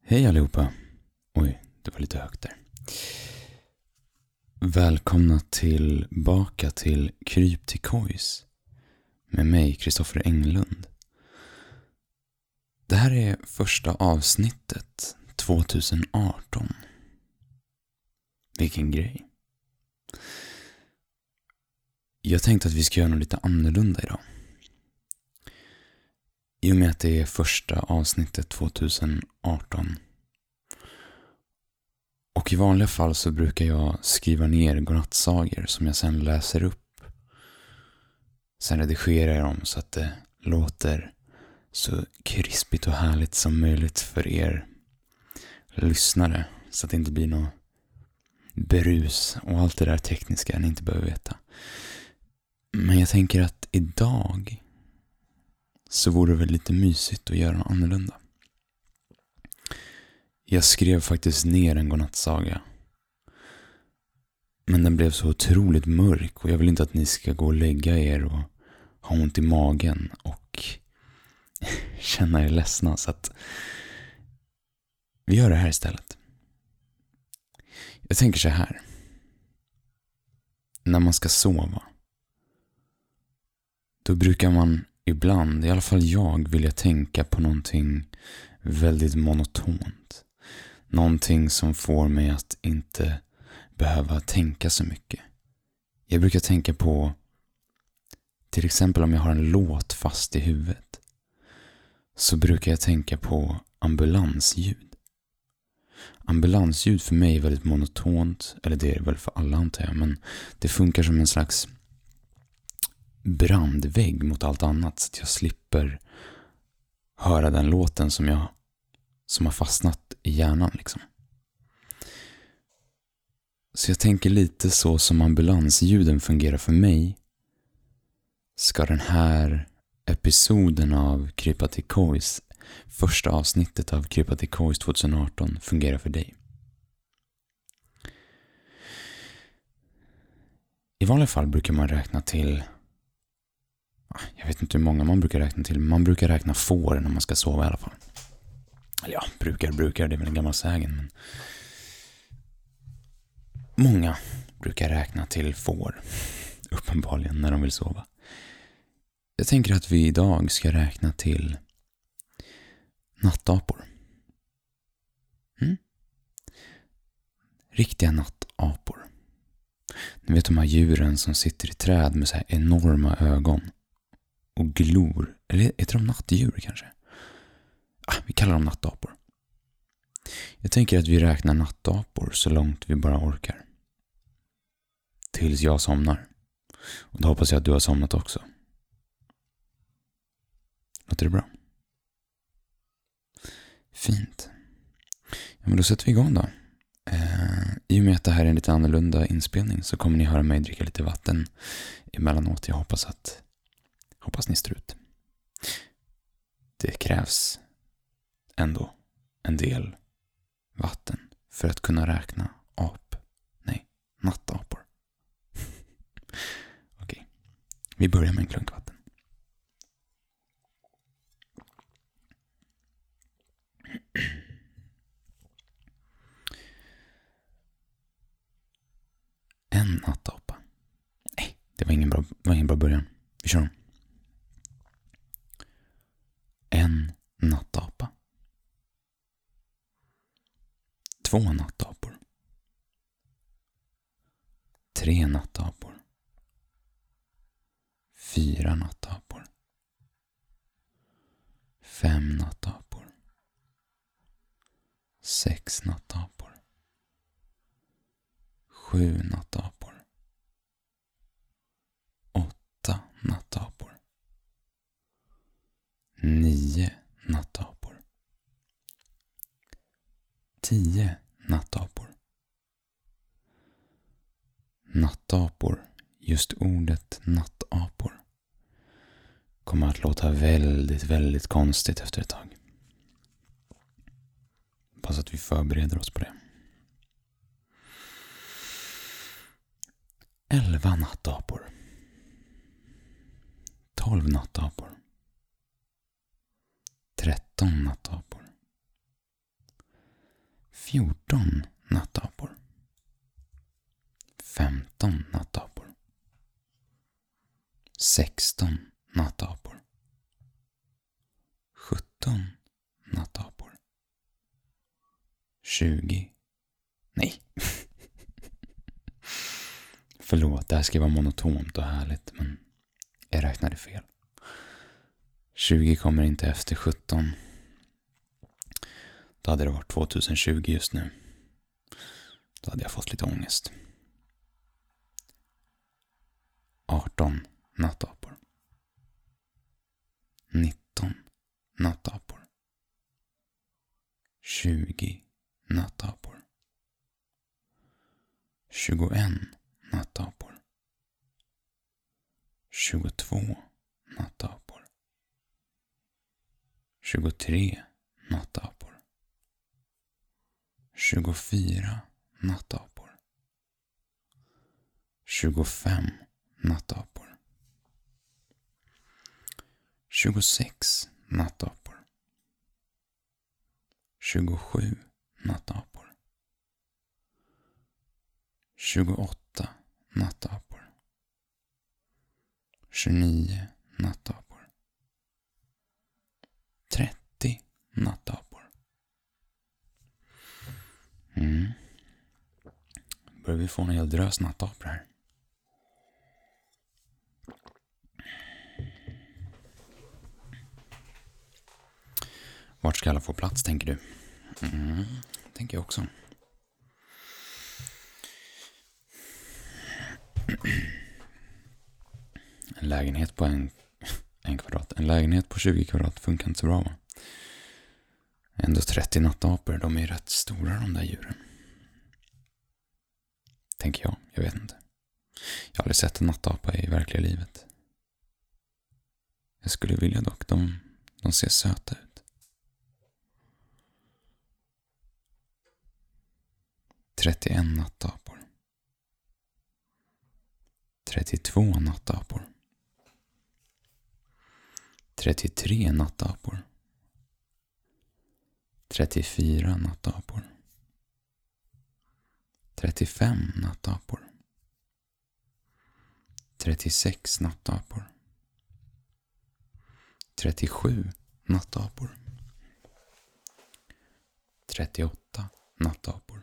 Hej allihopa. Oj, det var lite högt där. Välkomna tillbaka till Kryptikojs med mig, Kristoffer Englund. Det här är första avsnittet 2018. Vilken grej. Jag tänkte att vi ska göra något lite annorlunda idag. I och med att det är första avsnittet 2018. Och i vanliga fall så brukar jag skriva ner godnattsagor som jag sen läser upp. Sen redigerar jag dem så att det låter så krispigt och härligt som möjligt för er lyssnare. Så att det inte blir något brus och allt det där tekniska ni inte behöver veta. Men jag tänker att idag så vore det väl lite mysigt att göra något annorlunda. Jag skrev faktiskt ner en godnattsaga. Men den blev så otroligt mörk och jag vill inte att ni ska gå och lägga er och ha ont i magen och känna er ledsna. Så att vi gör det här istället. Jag tänker så här. När man ska sova, då brukar man ibland, i alla fall jag, vilja tänka på någonting väldigt monotont. Någonting som får mig att inte behöva tänka så mycket. Jag brukar tänka på, till exempel om jag har en låt fast i huvudet, så brukar jag tänka på ambulansljud. Ambulansljud för mig är väldigt monotont, eller det är väl för alla antar jag, men det funkar som en slags brandvägg mot allt annat så att jag slipper höra den låten som har fastnat i hjärnan liksom. Så jag tänker lite så som ambulansljuden fungerar för mig, ska den här episoden av Kryptikojs, första avsnittet av Kryptikojs 2018 fungera för dig. I vanliga fall brukar man räkna till, jag vet inte hur många man brukar räkna till, men man brukar räkna får när man ska sova i alla fall. Eller ja, brukar, det är väl en gammal sägen, men många brukar räkna till får, uppenbarligen, när de vill sova. Jag tänker att vi idag ska räkna till nattapor. Riktiga nattapor. Ni vet de här djuren som sitter i träd med så här enorma ögon och glor. Eller heter de nattdjur kanske? Vi kallar dem nattapor. Jag tänker att vi räknar nattapor så långt vi bara orkar. Tills jag somnar. Och då hoppas jag att du har somnat också. Låter det bra? Fint. Ja, men då sätter vi igång då. I och med att det här är en lite annorlunda inspelning så kommer ni höra mig dricka lite vatten emellanåt. Jag hoppas ni står ut. Det krävs ändå en del vatten för att kunna räkna nattapor. Okej, vi börjar med en klunk vatten. En nattapa. Nej, det var ingen bra början. Vi kör om. En nattapa. 2 nattapor. 3 nattapor. 4 nattapor. 5 nattapor. 6 nattapor. 7 nattapor. 8 nattapor. 9 nattapor. 10 nattapor. Nattapor, just ordet nattapor, kommer att låta väldigt, väldigt konstigt efter ett tag. Hoppas att vi förbereder oss på det. 11 nattapor. 12 nattapor. 13 nattapor. 14 nattapor. 15 nattapor. 16 nattapor. 17 nattapor. 20. Nej. Förlåt, det här ska vara monotont och härligt, men jag räknade fel. 20 kommer inte efter 17. Då hade det varit 2020 just nu. Då hade jag fått lite ångest. 18 nattapor. 19 nattapor. 20 nattapor. 21 nattapor. 22 nattapor. 23 nattapor. 24 nattapor. 25 nattapor. 26 nattapor. 27 nattapor. 28 nattapor. 29 nattapor. 30 nattapor. Börjar vi få en hel drös nattapor här. Vart ska alla få plats, tänker du? Tänker jag också. En lägenhet på en kvadrat. En lägenhet på 20 kvadrat funkar inte så bra, va? Ändå 30 nattapor, de är rätt stora, de där djuren. Tänker jag vet inte. Jag har aldrig sett en nattapa i verkliga livet. Jag skulle vilja dock, de ser söta ut. 31 nattapor. 32 nattapor. 33 nattapor. 34 nattapor. 35 nattapor. 36 nattapor. 37 nattapor. 38 nattapor.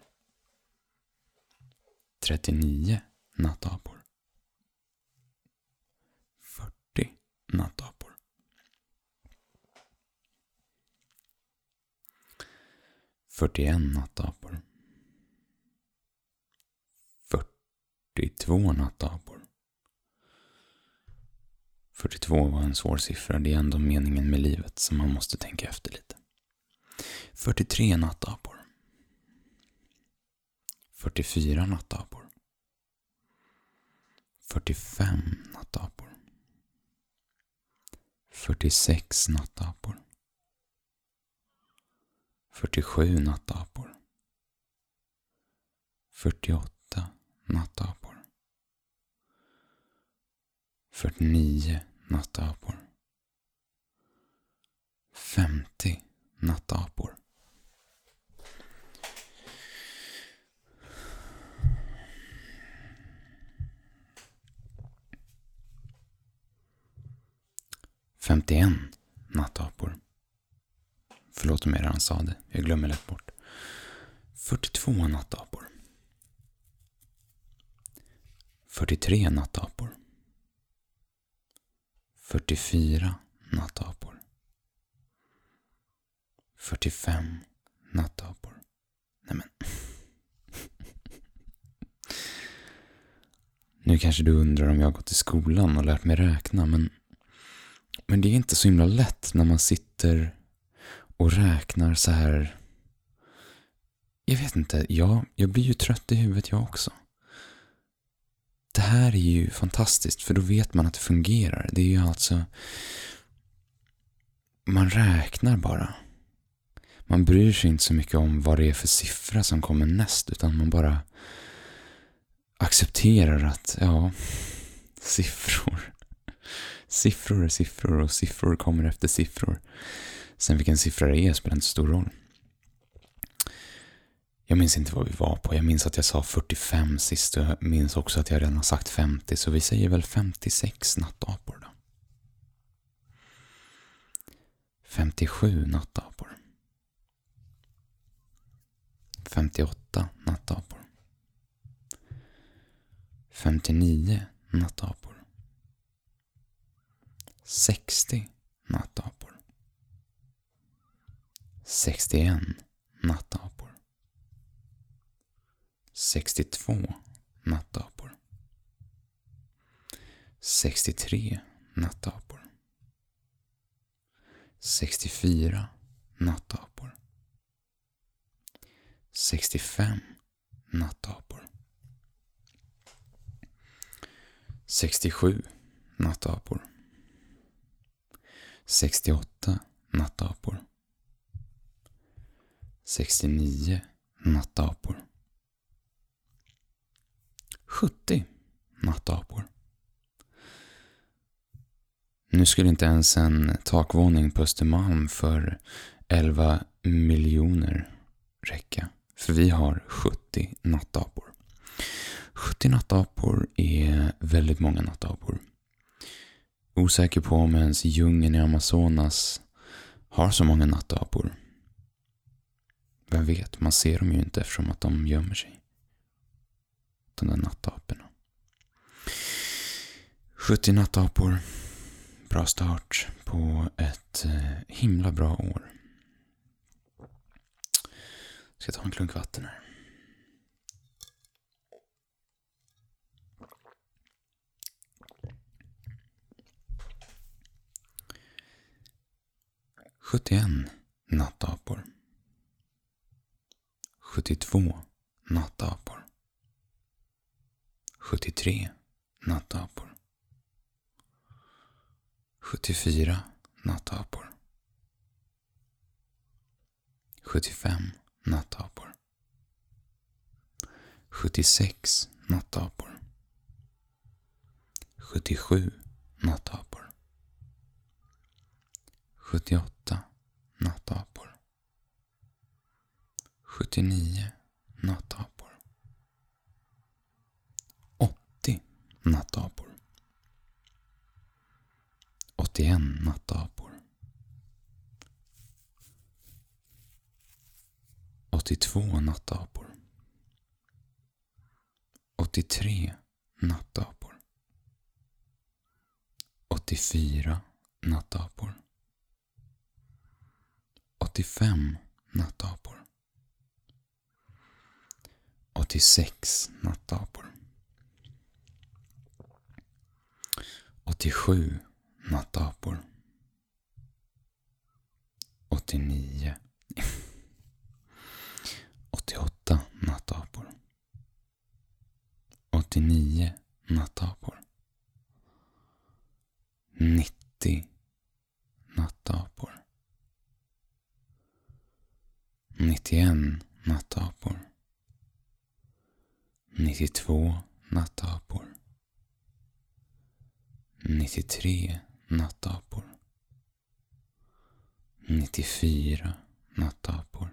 39 nattapor. 40 nattapor. 41 nattapor. 42 nattapor. 42 var en svår siffra, det är ändå meningen med livet som man måste tänka efter lite. 43 nattapor. 44 nattapor. 45 nattapor. 46 nattapor. 47 nattapor. 48 nattapor. 49 nattapor. 50 nattapor. 51 nattapor. Förlåt om jag redan sa det, jag glömmer lätt bort. 42 nattapor. 43 nattapor. 44 nattapor. 45 nattapor. Nej men. Nu kanske du undrar om jag har gått i skolan och lärt mig räkna, men det är inte så himla lätt när man sitter och räknar så här. Jag vet inte, jag blir ju trött i huvudet jag också. Det här är ju fantastiskt, för då vet man att det fungerar. Det är ju alltså, man räknar bara. Man bryr sig inte så mycket om vad det är för siffra som kommer näst, utan man bara accepterar att, ja, siffror är siffror och siffror kommer efter siffror. Sen vilken siffra det är spelar inte stor roll. Jag minns inte vad vi var på. Jag minns att jag sa 45 sist och jag minns också att jag redan har sagt 50. Så vi säger väl 56 nattapor då. 57 nattapor. 58 nattapor. 59 nattapor. 60 nattapor. 61 nattapor. 62 nattapor. 63 nattapor. 64 nattapor. 65 nattapor. 67 nattapor. 68 nattapor. 69 nattapor. 70 nattapor. Nu skulle inte ens en takvåning på Östermalm för 11 miljoner räcka. För vi har 70 nattapor. 70 nattapor är väldigt många nattapor. Osäker på om ens djungeln i Amazonas har så många nattapor. Vem vet, man ser dem ju inte eftersom att de gömmer sig. De där nattaporna. 70 nattapor. Bra start på ett himla bra år. Ska ta en klunk vatten här. "71 nattapor. 72 nattapor. 73 nattapor. 74 nattapor. 75 nattapor. 76 nattapor. 77 nattapor. 78 nattapor. 79 nattapor. 80 nattapor. 81 nattapor. 82 nattapor. 83 nattapor. 84 nattapor. 85 nattapor. 86 nattapor. 87 nattapor. 89 88 nattapor. 89 nattapor. 90 nattapor. 91 nattapor. 92 nattapor. 93 nattapor. 94 nattapor.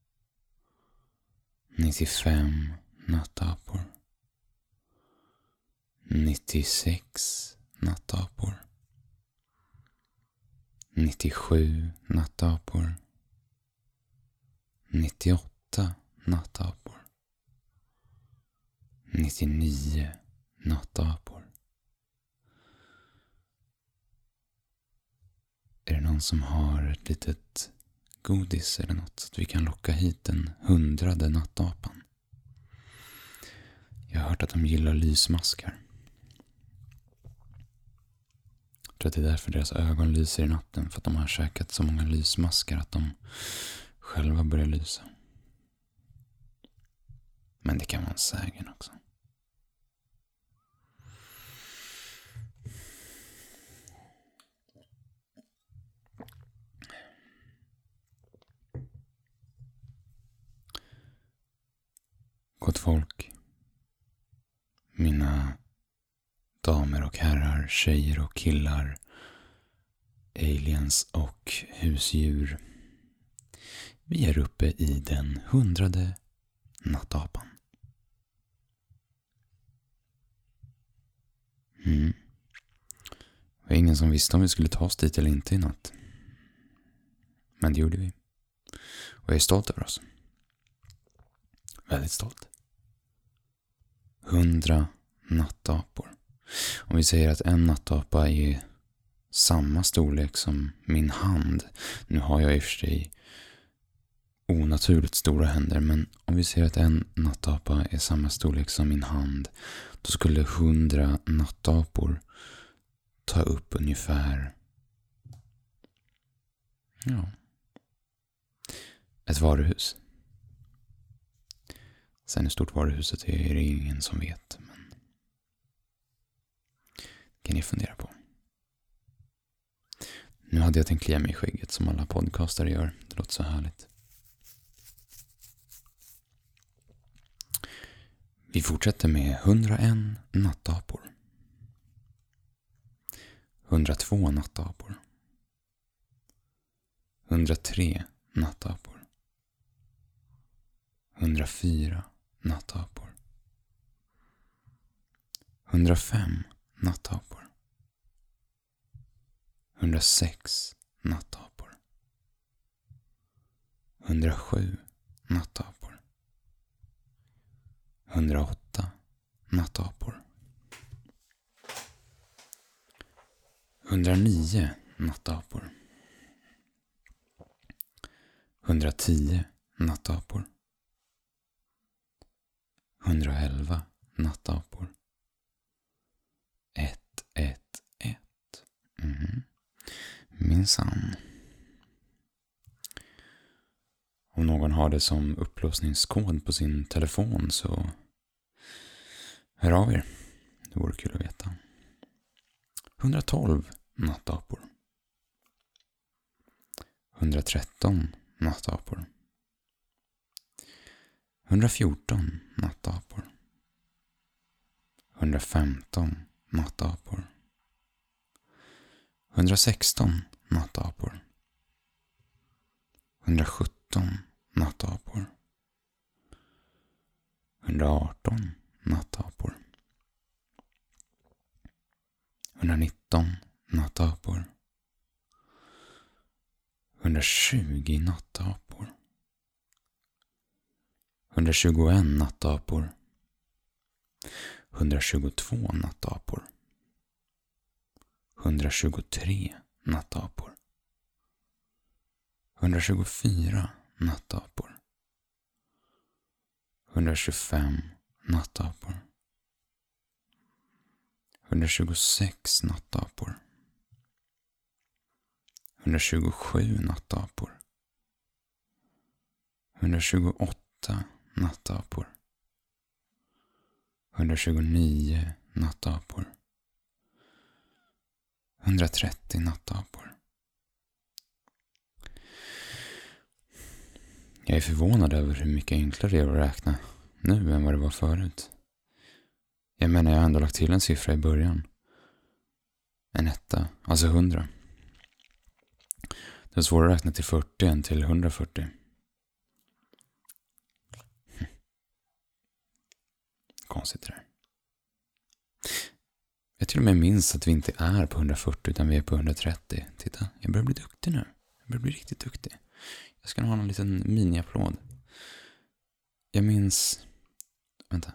95 nattapor. 96 nattapor. 97 nattapor. 98 nattapor. 99 nattapor. Är det någon som har ett litet godis eller något så att vi kan locka hit den 100:e nattapan? Jag har hört att de gillar lysmaskar. Jag tror att det är därför deras ögon lyser i natten, för att de har käkat så många lysmaskar att de själva börjar lysa. Men det kan vara en sägen också. Gott folk, mina damer och herrar, tjejer och killar, aliens och husdjur. Vi är uppe i den 100:e nattapan. Det var ingen som visste om vi skulle ta oss dit eller inte i natt. Men det gjorde vi. Och jag är stolt över oss. Väldigt stolt. 100 nattapor. Om vi säger att en nattapa är samma storlek som min hand. Nu har jag i och för sig onaturligt stora händer, men om vi säger att en nattapa är samma storlek som min hand, då skulle 100 nattapor ta upp ungefär ett varuhus. Sen hur stort varuhuset är det ingen som vet, men det kan ni fundera på. Nu hade jag tänkt klia mig i skägget som alla podcastare gör. Det låter så härligt. Vi fortsätter med 101 nattapor. 102 nattapor. 103 nattapor. 104 nattapor. 105 nattapor. 106 nattapor. 107 nattapor. 108 nattapor. 109 nattapor. 110 nattapor. 111 nattapor. 111. Minsann. Om någon har det som upplåsningskod på sin telefon så hör av er. Det vore kul att veta. 112 nattapor. 113 nattapor. 114 nattapor. 115 nattapor. 116 nattapor. 117 nattapor. 118 nattapor. 119 nattapor. 120 nattapor. 121 nattapor. 122 nattapor. 123 nattapor. 124 nattapor. 125 nattapor. 126 nattapor. 127 nattapor. 128 nattapor. 129 nattapor. 130 nattapor. Jag är förvånad över hur mycket enklare det är att räkna nu än vad det var förut. Jag menar, jag har ändå lagt till en siffra i början. En etta, alltså 100. Det är svårare att räkna till 40 än till 140. Konstigt det där. Jag till och med minns att vi inte är på 140 utan vi är på 130. Titta, jag börjar bli duktig nu. Jag börjar bli riktigt duktig. Jag ska ha en liten mini-applåd. Jag minns... Vänta.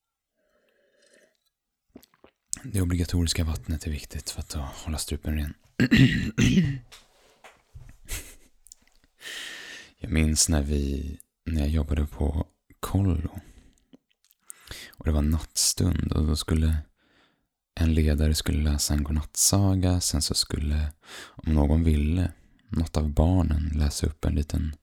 Det obligatoriska vattnet är viktigt för att hålla strupen ren. Jag minns när jag jobbade på kollo. Och det var nattstund och då skulle en ledare läsa en godnattsaga. Sen så skulle, om någon ville, något av barnen läsa upp en liten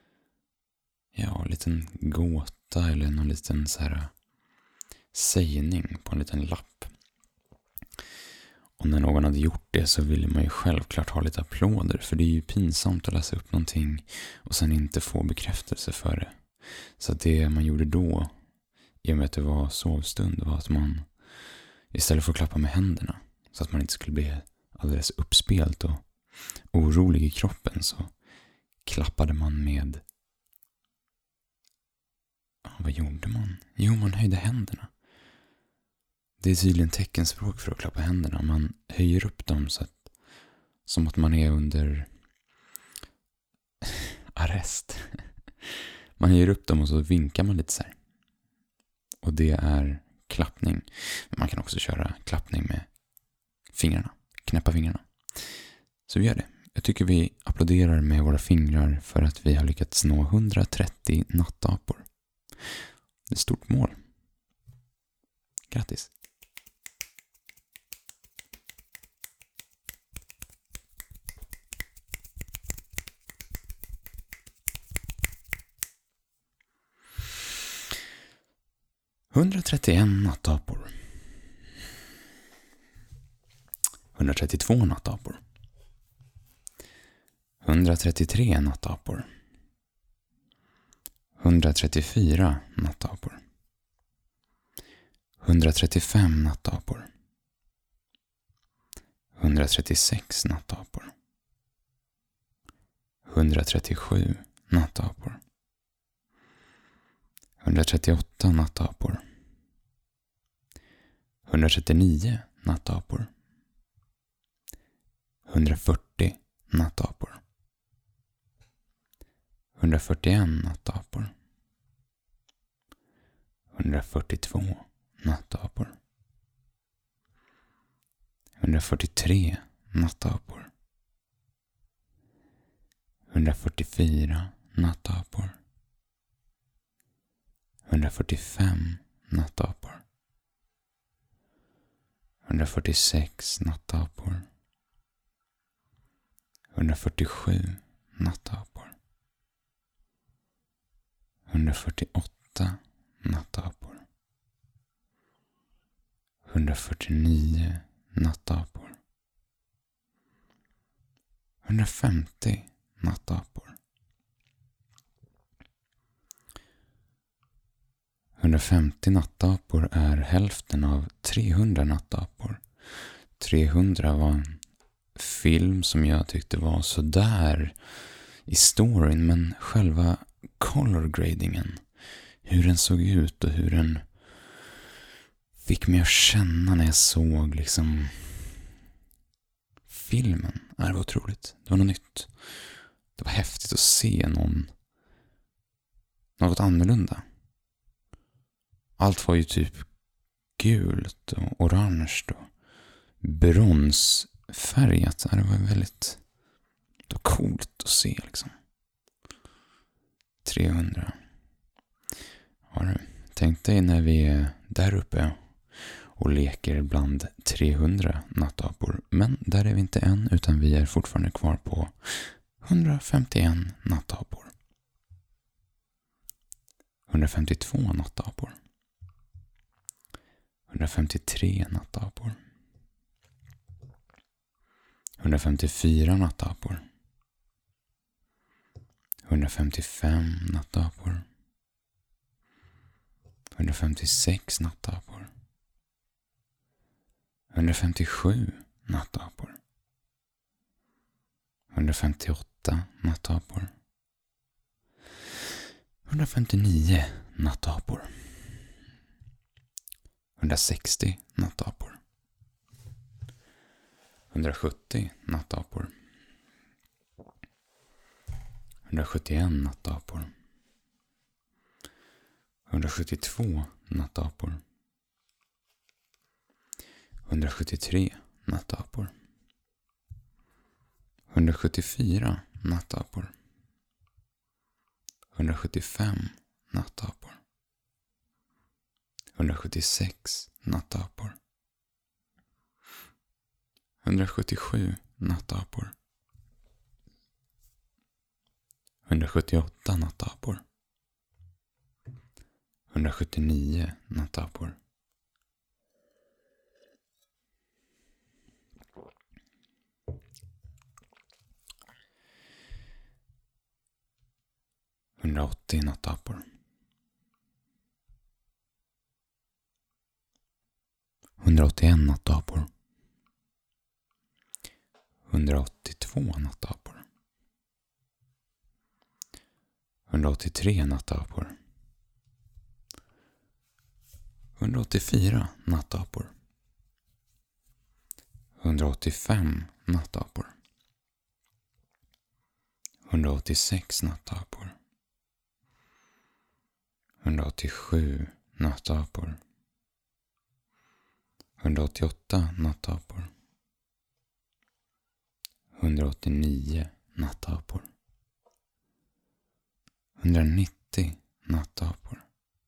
gåta eller någon liten så här sägning på en liten lapp. Och när någon hade gjort det så ville man ju självklart ha lite applåder. För det är ju pinsamt att läsa upp någonting och sen inte få bekräftelse för det. Så det man gjorde då, i och med att det var sovstund, var att man istället för att klappa med händerna så att man inte skulle bli alldeles uppspelt och orolig i kroppen, så klappade man med vad gjorde man? Jo, man höjde händerna. Det är tydligen teckenspråk för att klappa händerna. Man höjer upp dem som att man är under arrest. Man höjer upp dem och så vinkar man lite så här. Och det är klappning. Men man kan också köra klappning med fingrarna. Knäppa fingrarna. Så vi gör det. Jag tycker vi applåderar med våra fingrar för att vi har lyckats nå 130 nattapor. Det är ett stort mål. Grattis. ...131 nattapor. 132 nattapor. 133 nattapor. 134 nattapor. 135 nattapor. 136 nattapor. 137 nattapor. 138 nattapor. 139 nattapor. 140 nattapor. 141 nattapor. 142 nattapor. 143 nattapor. 144 nattapor. 145 nattapor. 146 nattapor. 147 nattapor. 148 nattapor. 149 nattapor. 150 nattapor. 150 nattapor är hälften av 300 nattapor. 300 var en film som jag tyckte var så där i storyn, men själva color gradingen, hur den såg ut och hur den fick mig att känna när jag såg liksom filmen, det var otroligt. Det var något nytt. Det var häftigt att se något annorlunda. Allt var ju typ gult och orange och bronsfärgat. Det var väldigt coolt att se liksom. 300. Tänk dig när vi är där uppe och leker bland 300 nattapor. Men där är vi inte än, utan vi är fortfarande kvar på 151 nattapor. 152 nattapor. 153 nattapor. 154 nattapor. 155 nattapor. 156 nattapor. 157 nattapor. 158 nattapor. 159 nattapor. 160 nattapor. 170 nattapor. 171 nattapor. 172 nattapor. 173 nattapor. 174 nattapor. 175 nattapor. 176 nattapor. 177 nattapor. 178 nattapor. 179 nattapor. 180 nattapor. 181 nattapor. 182 nattapor. 183 nattapor. 184 nattapor. 185 nattapor. 186 nattapor. 187 nattapor. 188 nattapor. 189 nattapor. 190 nattapor.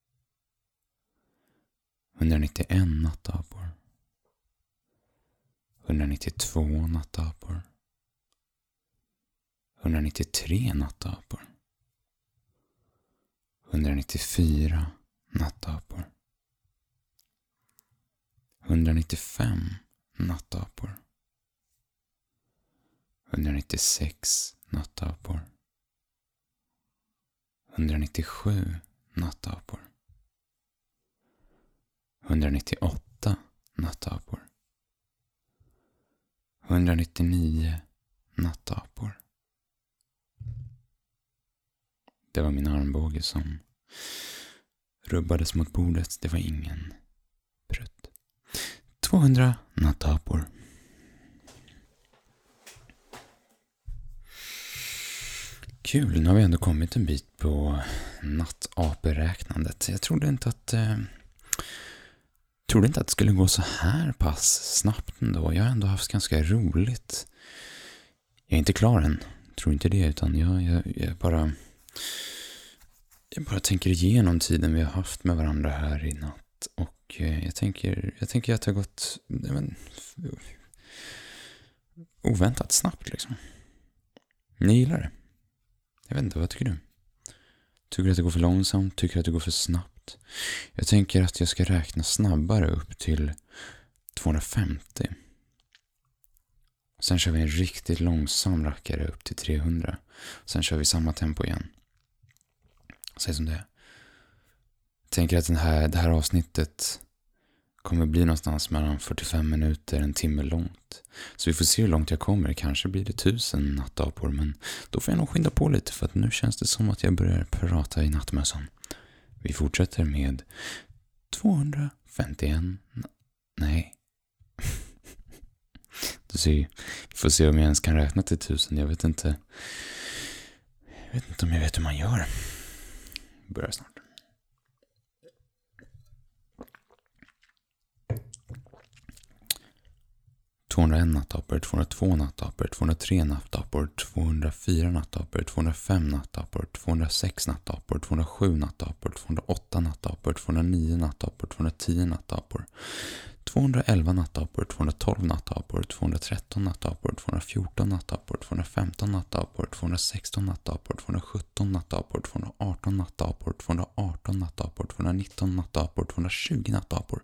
191 nattapor. 192 nattapor. 193 nattapor. 194 nattapor. 195 nattapor. 196 nattapor. 197 nattapor. 198 nattapor. 199 nattapor. Det var min armbåge som rubbades mot bordet. Det var ingen prutt. 200 nattapor. Kul, nu har vi ändå kommit en bit på nattaperäknandet. Jag trodde inte att det skulle gå så här pass snabbt ändå. Jag har ändå haft ganska roligt. Jag är inte klar än. Tror inte det, utan jag bara tänker igenom tiden vi har haft med varandra här i natt. Och jag tänker att det har gått oväntat snabbt liksom. Ni gillar det? Jag vet inte, vad tycker du? Tycker du att det går för långsamt? Tycker du att det går för snabbt? Jag tänker att jag ska räkna snabbare upp till 250. Sen kör vi en riktigt långsam rackare upp till 300. Sen kör vi samma tempo igen. Säg som det är. Jag tänker att det här avsnittet kommer bli någonstans mellan 45 minuter, en timme långt. Så vi får se hur långt jag kommer. Kanske blir det 1000 nattapor, men då får jag nog skynda på lite, för att nu känns det som att jag börjar prata i nattmössan. Vi fortsätter med 251. Nej. Vi får se om jag ens kan räkna till 1000. Jag vet inte om jag vet hur man gör. Vi börjar snart. nattapor, 202 nattapor, 203 nattapor, 204 nattapor, 205 nattapor, 206 nattapor, 207 nattapor, 208 nattapor, 209 nattapor, 210 nattapor, 211 nattapor, 212 nattapor, 213 nattapor, 214 nattapor, 215 nattapor, 216 nattapor, 217 nattapor, 218 nattapor, 218 nattapor, 219 nattapor, 220 nattapor,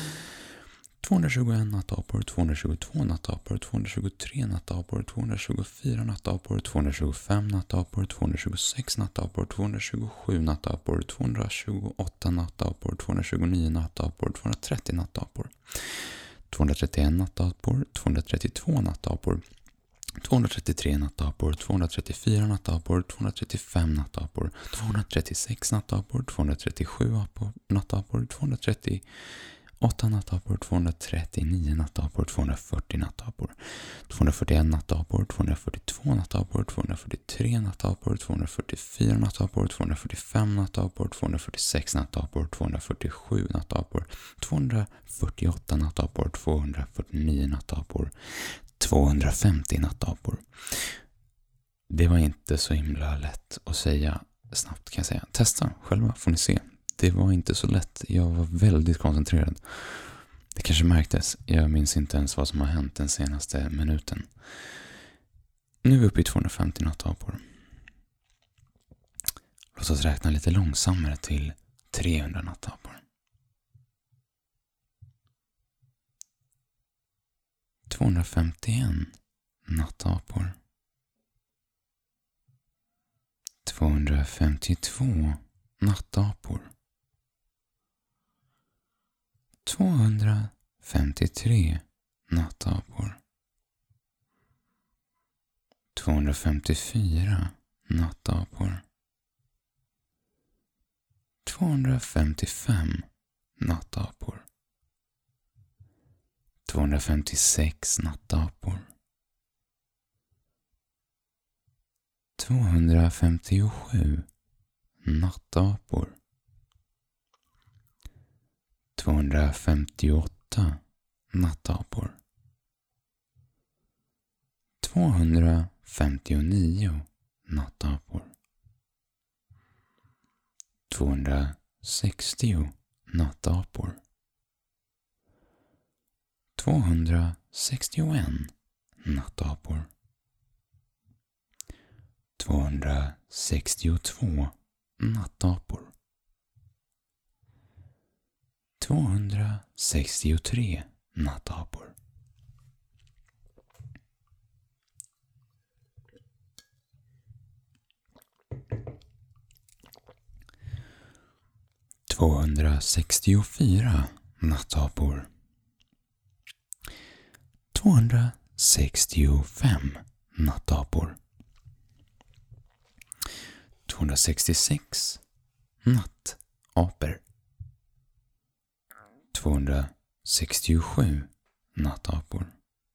221 nattapor, 222 nattapor, 223 nattapor, 224 nattapor, 225 nattapor, 226 nattapor, 227 nattapor, 228 nattapor, 229 nattapor, 230 nattapor, 231 nattapor, 232 nattapor, 233 nattapor, 234 nattapor, 235 nattapor, 236 nattapor, 237 nattapor, 238 nattapor, 239 nattapor, 240 nattapor, 241 nattapor, 242 nattapor, 243 nattapor, 244 nattapor, 245 nattapor, 246 nattapor, 247 nattapor, 248 nattapor, 249 nattapor, 250 nattapor. Det var inte så himla lätt att säga snabbt, kan jag säga. Testa själva, får ni se. Det var inte så lätt. Jag var väldigt koncentrerad. Det kanske märktes. Jag minns inte ens vad som har hänt den senaste minuten. Nu är vi uppe i 250 nattapor. Låt oss räkna lite långsammare till 300 nattapor. 251 nattapor. 252 nattapor. 253 nattapor. 254 nattapor. 255 nattapor. 256 nattapor. 257 nattapor. 258 nattapor. 259 nattapor. 260 nattapor. 261 nattapor. 262 nattapor. 263 nattapor. 264 nattapor. 265 nattapor. 266 nattapor. 267 nattapor.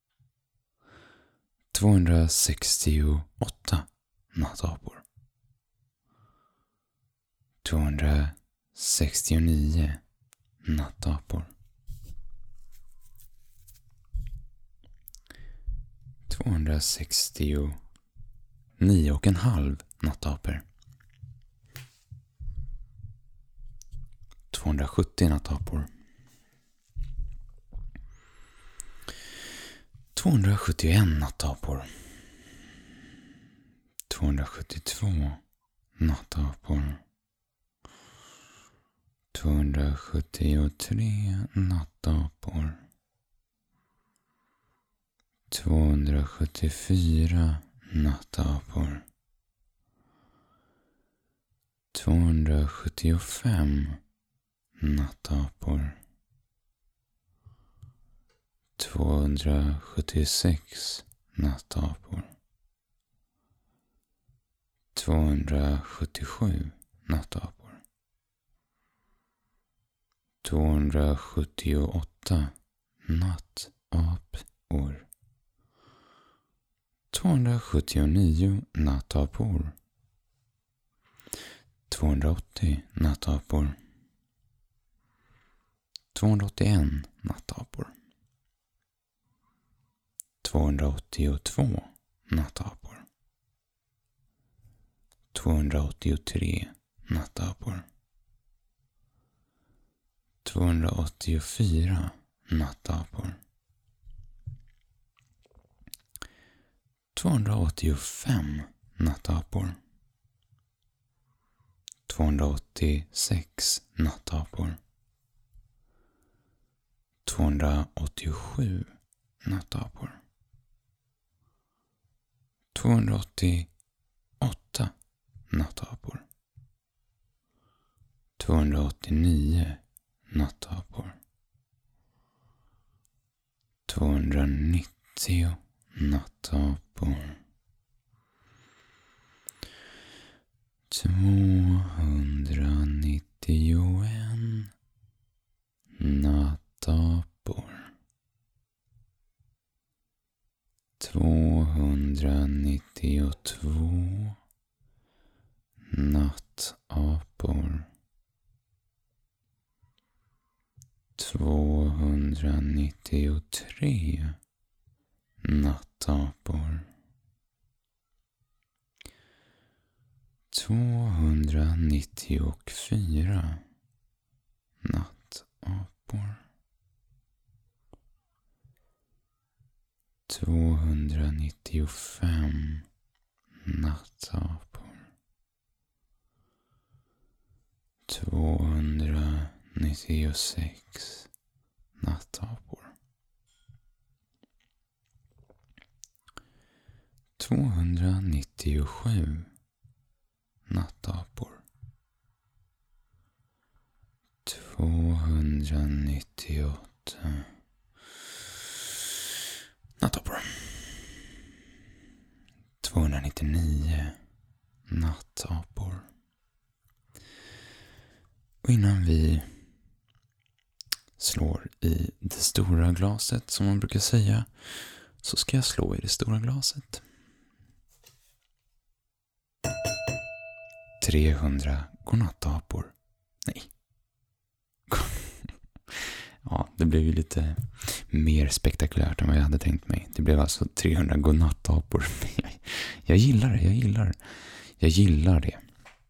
268 nattapor. 269 nattapor. 269,5 nattapor. 270 nattapor. 271 nattapor. 272 nattapor. 273 nattapor. 274 nattapor. 275 nattapor. 276 nattapor. 277 nattapor. 278 nattapor. 279 nattapor. 280 nattapor. 281 nattapor. 282 nattapor. 283 nattapor. 284 nattapor. 285 nattapor. 286 nattapor. 287 nattapor. 288 nattapor. 289 nattapor. 290 nattapor. 291 nattapor. 292 nattapor. 293 nattapor. 294 nattapor. 295 nattapor. 296 nattapor. 297 nattapor. 298 nattapor. 299 nattapor. Och innan vi slår i det stora glaset, som man brukar säga, så ska jag slå i det stora glaset. 300 godnattapor. Nej. Ja, det blev ju lite mer spektakulärt än vad jag hade tänkt mig. Det blev alltså 300 godnattapor. Jag gillar det.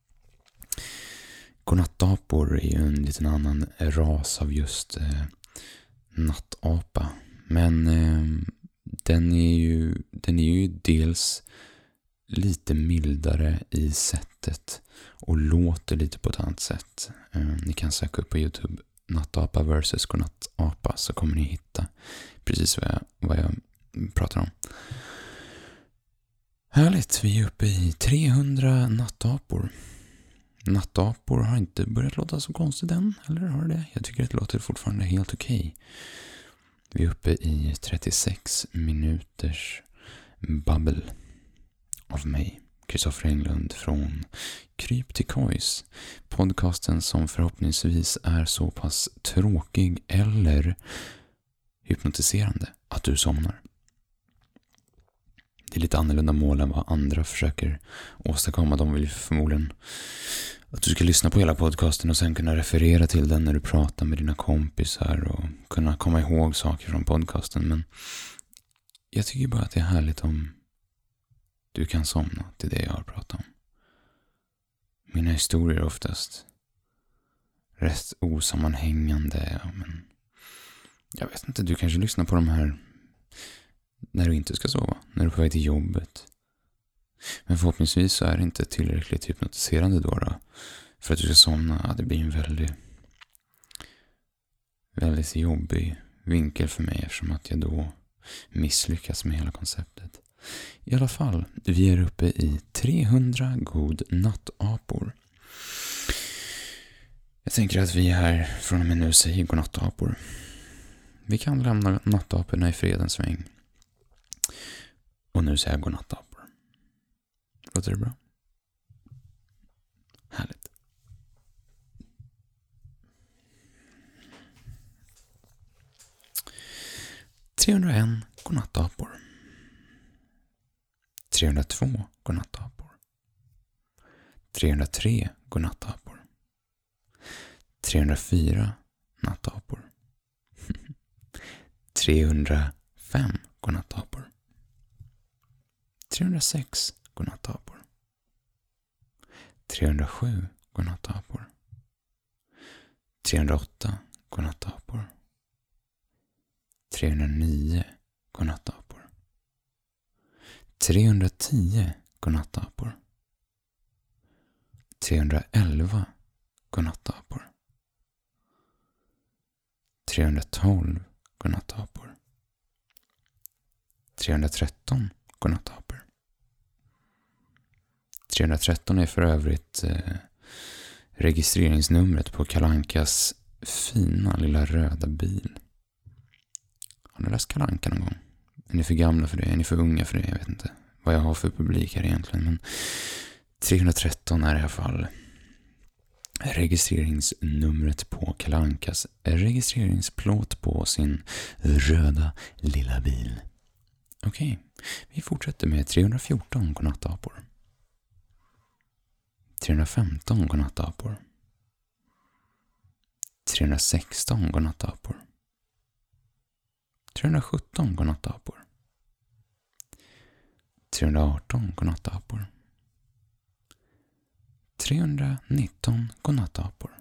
Godnattapor är ju en liten annan ras av just nattapa. Men den är ju dels lite mildare i sättet och låter lite på ett annat sätt. Ni kan söka upp på YouTube nattapa versus godnattapa, så kommer ni hitta precis vad jag pratar om. Härligt, vi är uppe i 300 nattapor. Nattapor har inte börjat låta så konstigt än, eller har det? Jag tycker att det låter fortfarande helt okej. Vi är uppe i 36 minuters babbel av mig, Kristoffer Englund, från Kryp till Kojs. Podcasten som förhoppningsvis är så pass tråkig eller hypnotiserande att du somnar. Det är lite annorlunda mål än vad andra försöker åstadkomma. De vill förmodligen att du ska lyssna på hela podcasten och sen kunna referera till den när du pratar med dina kompisar och kunna komma ihåg saker från podcasten. Men jag tycker bara att det är härligt om du kan somna till det jag har pratat om. Mina historier är oftast rätt osammanhängande. Men jag vet inte, du kanske lyssnar på de här när du inte ska sova, när du är på väg till jobbet. Men förhoppningsvis så är det inte tillräckligt hypnotiserande då för att du ska somna. Ja, det blir en väldigt jobbig vinkel för mig, eftersom att jag då misslyckas med hela konceptet. I alla fall, vi är uppe i 300 god nattapor. Jag tänker att vi här från och med nu säger godnattapor. Vi kan lämna nattaporna i fredens sväng. Och nu säger jag godnattapor. Låter det bra? Härligt. ...301 godnattapor. 302 godnattapor. 303 godnattapor. 304 nattapor. 305 godnattapor. 306 godnattapor. 307 godnattapor. 308 godnattapor. 309 godnattapor. 310 godnattapor. 311 godnattapor. 312 godnattapor. 313 godnattapor. 313 är för övrigt registreringsnumret på Kalle Ankas fina lilla röda bil. Har ni läst Kalle Anka någon gång? Är ni för gamla för det? Är ni för unga för det? Jag vet inte vad jag har för publik här egentligen. Men 313 är i alla fall registreringsnumret på Kalle Ankas registreringsplåt på sin röda lilla bil. Okej, vi fortsätter med 314 godnattapor. 315 godnattapor. 316 godnattapor. 317 godnattapor. 318 godnattapor. 319 godnattapor.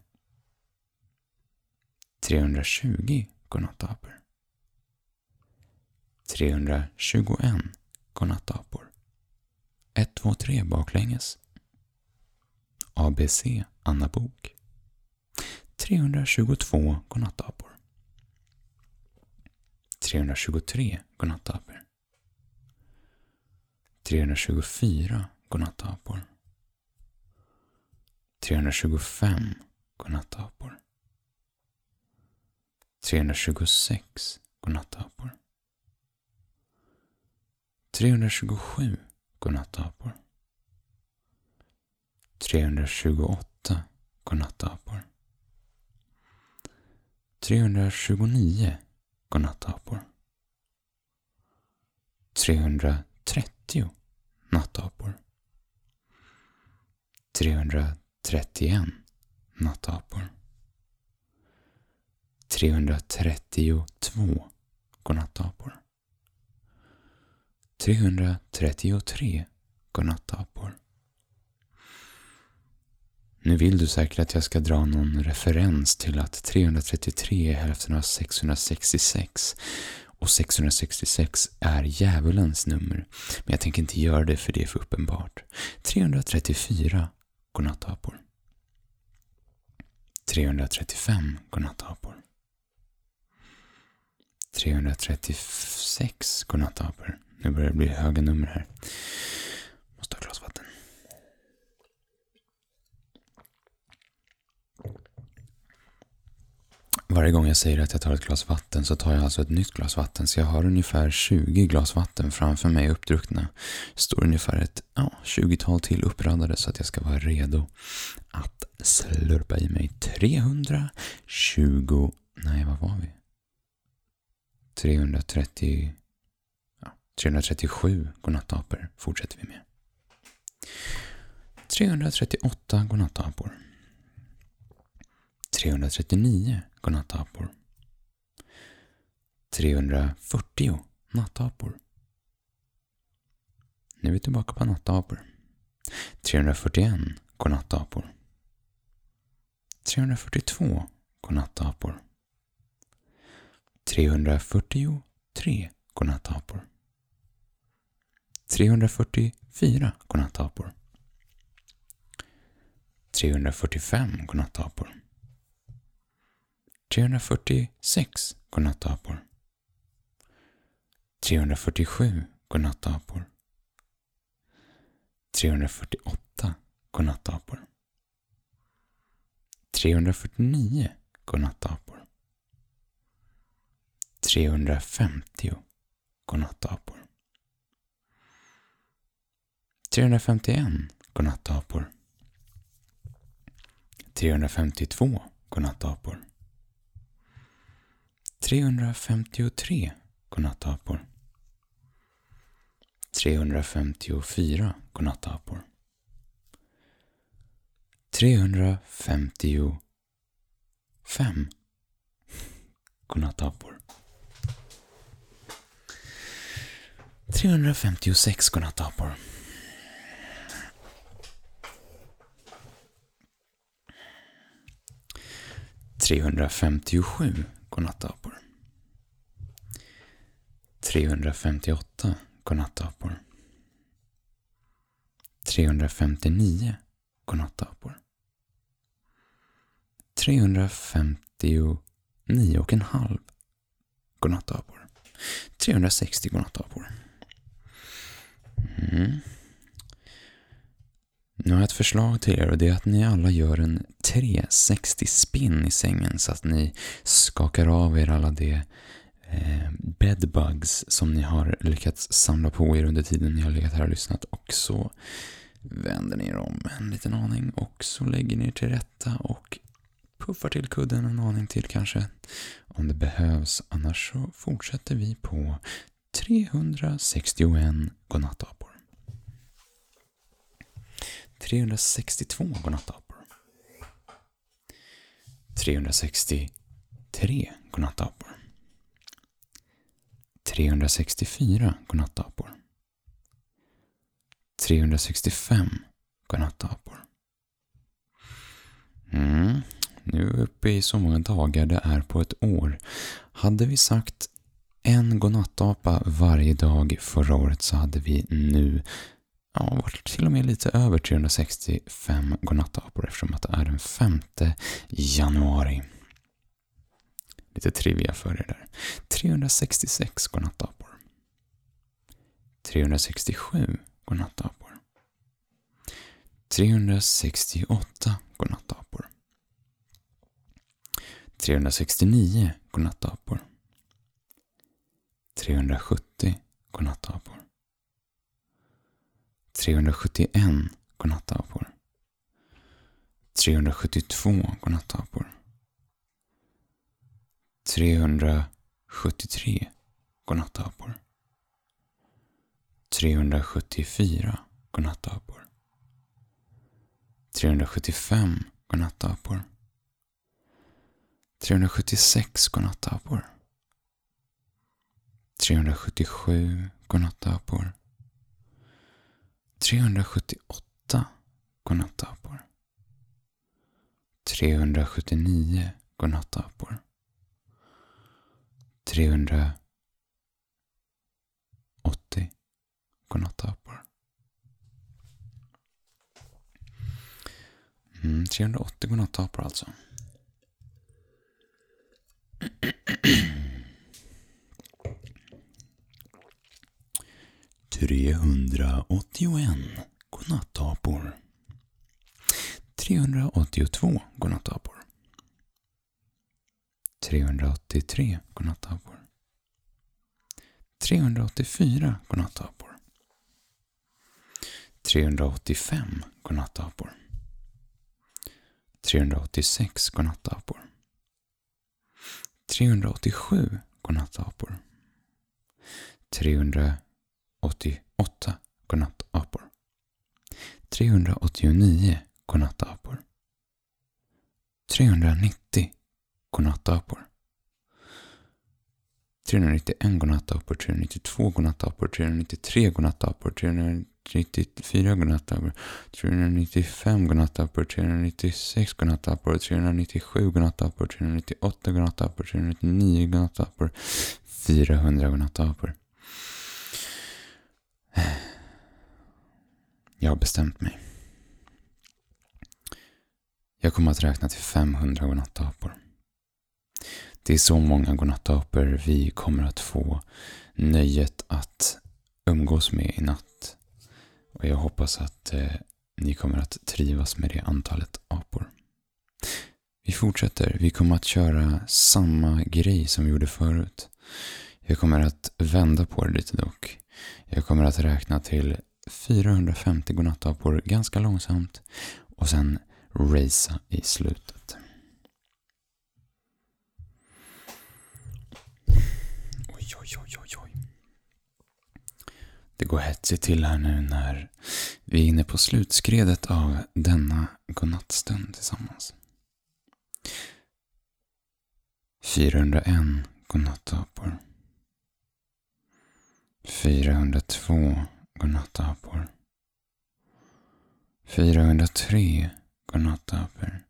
320 godnattapor. 321 godnattapor. 1, 2, 3 baklänges. ABC Anna Bok. 322 godnattapor. 323 godnattapor. 324 godnattapor. 325 godnattapor. 326 godnattapor. 327 godnattapor. 328 godnattapor. 329 godnattapor. 330 nattapor. 331 nattapor. 332 godnattapor. 333 godnattapor. Nu vill du säkert att jag ska dra någon referens till att 333 är hälften av 666 och 666 är djävulens nummer. Men jag tänker inte göra det för det är för uppenbart. 334 godnattapor. 335 godnattapor. 336 godnattapor. Nu börjar det bli höga nummer här. Måste ha glas vatten. Varje gång jag säger att jag tar ett glas vatten så tar jag alltså ett nytt glas vatten. Så jag har ungefär 20 glas vatten framför mig uppdruckna. Det står ungefär ett 20-tal till uppradade så att jag ska vara redo att slurpa i mig 320... Nej, vad var vi? 337 godnattapor fortsätter vi med. 338 godnattapor. 339 godnattapor. 340 nattapor. Nu är vi tillbaka på nattapor. 341 godnattapor. 342 godnattapor. 343 godnattapor. 344 godnattapor. 345 godnattapor. 346 godnattapor. 347 godnattapor. 348 godnattapor. 349 godnattapor. 350 godnattapor. 351 godnattapor. 352 godnattapor. 353 godnattapor. 354 godnattapor. 355 godnattapor. 356 godnattapor. 357 godnattapor. 358 godnattapor. 359 godnattapor. 359,5 godnattapor. 360 godnattapor. Nu har jag ett förslag till er och det är att ni alla gör en 360 spin i sängen så att ni skakar av er alla de bedbugs som ni har lyckats samla på er under tiden ni har legat här och lyssnat, och så vänder ni er om en liten aning och så lägger ni er till rätta och puffar till kudden en aning till kanske om det behövs. Annars så fortsätter vi på 361 godnattapor. 362 godnattapor. 363 godnattapor. 364 godnattapor. 365 godnattapor. Nu är vi uppe i så många dagar det är på ett år. Hade vi sagt en godnattapa varje dag förra året så hade vi nu varit till och med lite över 365 godnattapor eftersom att det är den 5 januari. Lite trivia för er där. 366 godnattapor. 367 godnattapor. 368 godnattapor. 369 godnattapor. 370 godnattapor. 371 godnattapor. 372 godnattapor. 373 godnattapor. 374 godnattapor. 375 godnattapor. 376 godnattapor. 377 godnattapor. 378 godnattapor. 379 godnattapor. 380 godnattapor. 380 godnattapor alltså. ...381 godnattapor. 382 godnattapor. 383 godnattapor. 384 godnattapor. 385 godnattapor. 386 godnattapor. 387 godnattapor. 388 godnattapor. 389 godnattapor. 390 godnattapor. 391 godnattapor. 392 godnattapor. 393 godnattapor. 394 godnattapor. 395 godnattapor. 396 godnattapor. 397 godnattapor. 398 godnattapor. 399 godnattapor. 400 godnattapor. Jag har bestämt mig. Jag kommer att räkna till 500 godnattapor. Det är så många godnattapor vi kommer att få nöjet att umgås med i natt. Och jag hoppas att ni kommer att trivas med det antalet apor. Vi fortsätter. Vi kommer att köra samma grej som vi gjorde förut. Jag kommer att vända på det lite dock. Jag kommer att räkna till 450 godnattapor ganska långsamt. Och sen racea i slutet. Oj. Det går hetsigt till här nu när vi är inne på slutskredet av denna godnattstund tillsammans. 401 godnattapor. 402 godnattapor. 403 godnattapor.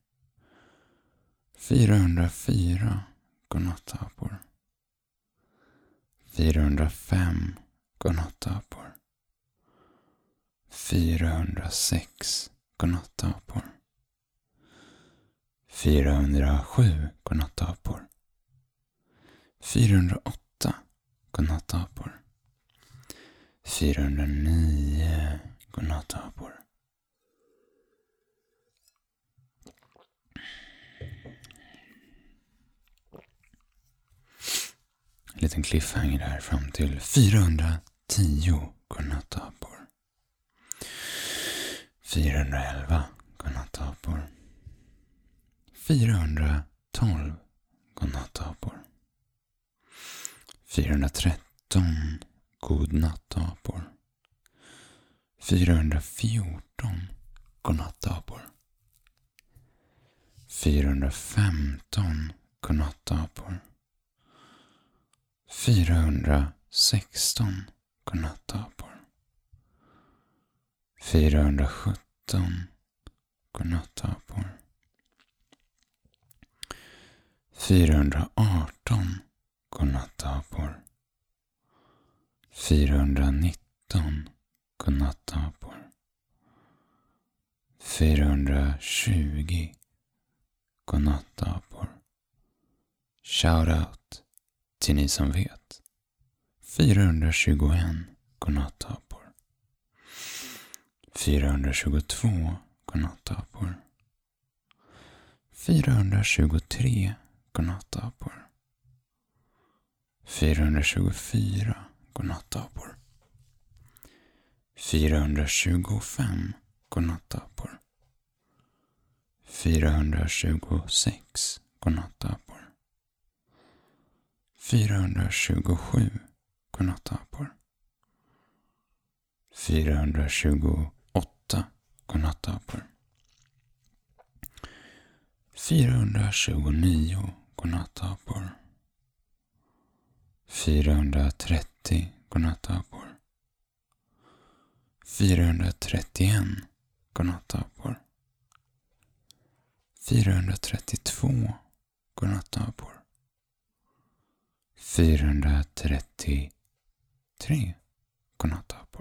404 godnattapor. 405 godnattapor. 406 godnattapor. 407 godnattapor. 408 godnattapor. 409 godnattapor. En liten cliffhanger här fram till 410 godnattapor. 411 godnattapor. 412 godnattapor. 413 godnattapor. 414 godnattapor. 415 godnattapor. 416 godnattapor. 417 godnattapor. 418 godnattapor. 419 godnattapor. 420 godnattapor. Shoutout till ni som vet. 421 godnattapor. 422 godnattapor. 423 godnattapor. 424 godnattapor. 425 godnattapor. 426 godnattapor. 427 godnattapor. 428 godnattapor. 429 godnattapor. 430 godnattapor. 431 godnattapor. 432 godnattapor. 433 godnattapor.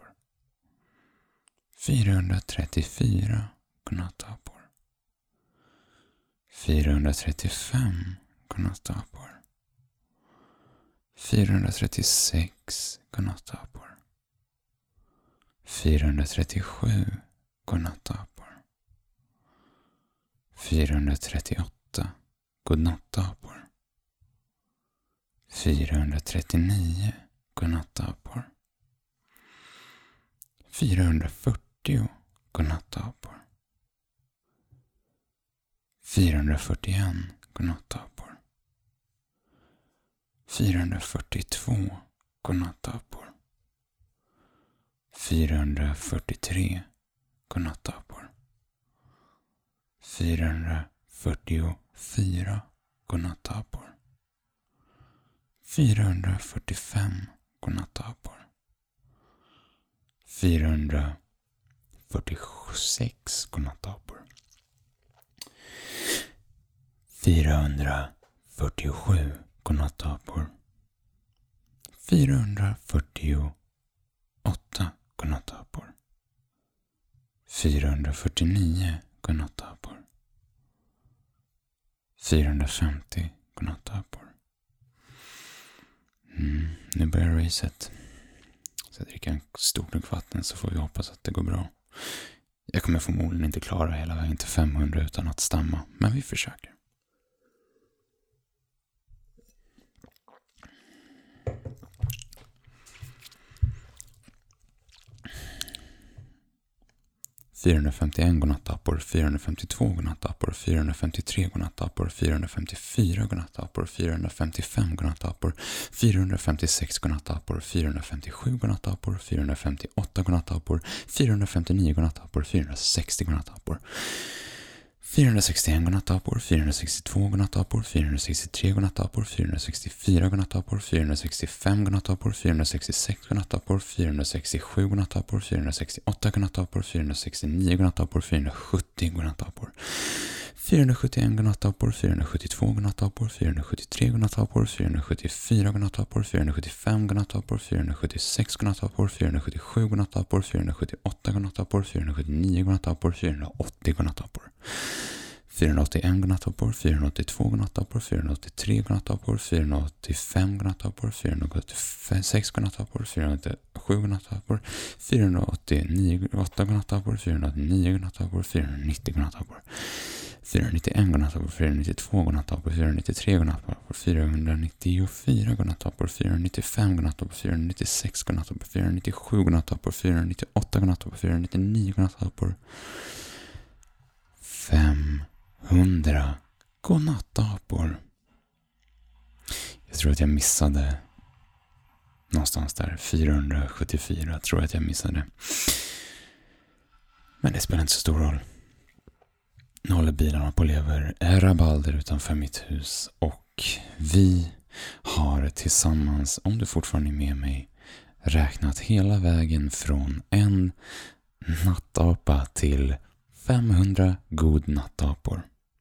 434 godnattapor. 435 godnattapor. 436 godnattapor. 437 godnattapor. 438 godnattapor. 439 godnattapor. 440 godnattapor. 441 godnattapor. 442 godnattapor. 443 godnattapor. 444 godnattapor. 445 godnattapor. 446 godnattapor. 447 godnattapor. 448 godnattapor. 449 godnattapor. 450 godnattapor. Nu börjar racet. Så jag dricker en stor klunk vatten så får vi hoppas att det går bra. Jag kommer förmodligen inte klara hela vägen till 500 utan att stamma, men vi försöker. ...451 godnattapor, 452 godnattapor, 453 godnattapor, 454 godnattapor, 455 godnattapor, 456 godnattapor, 457 godnattapor, 458 godnattapor, 459 godnattapor, 460 godnattapor, 461 godnattapor, 462 godnattapor, 463 godnattapor, 464 godnattapor, 465 godnattapor, 466 godnattapor, 467 godnattapor, 468 godnattapor, 469 godnattapor, 470 godnattapor, 471 godnattapor, 472 godnattapor, 473 godnattapor, 474 godnattapor, 475 godnattapor, 476 godnattapor, 477 godnattapor, 478 godnattapor, 479 godnattapor, 480 godnattapor, 481 godnattapor, 482 godnattapor, 483 godnattapor, 485 godnattapor, 486 godnattapor, 487 godnattapor, 489 godnattapor, 489 godnattapor, 490 godnattapor, 491 godnattapor, 492 godnattapor, 493 godnattapor, 494 godnattapor, 495 godnattapor, 496 godnattapor, 497 godnattapor, 498 godnattapor, 499 godnattapor, 500 godnattapor. Jag tror att jag missade någonstans där. 474 tror jag att jag missade. Men det spelar inte så stor roll. Nu håller bilarna på lever rabalder utanför mitt hus. Och vi har tillsammans, om du fortfarande är med mig, räknat hela vägen från en nattapa till 500 godnattapor.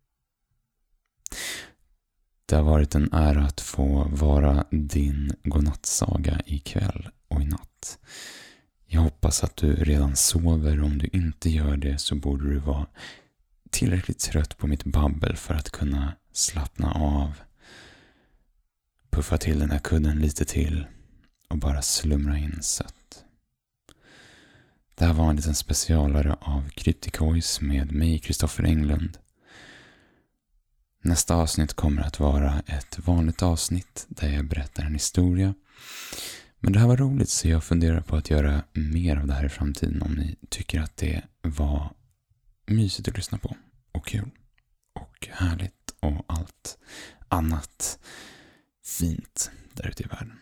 Det har varit en ära att få vara din godnattsaga ikväll och i natt. Jag hoppas att du redan sover. Om du inte gör det så borde du vara tillräckligt trött på mitt babbel för att kunna slappna av. Puffa till den här kudden lite till och bara slumra in sött. Det här var en liten specialare av Crypticois med mig, Kristoffer Englund. Nästa avsnitt kommer att vara ett vanligt avsnitt där jag berättar en historia. Men det här var roligt så jag funderar på att göra mer av det här i framtiden om ni tycker att det var mysigt att lyssna på och kul och härligt och allt annat fint. där ute i världen.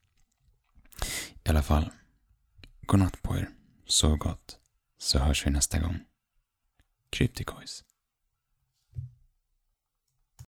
I alla fall, godnatt på er. Sov gott, så hörs vi nästa gång. Kryptikois.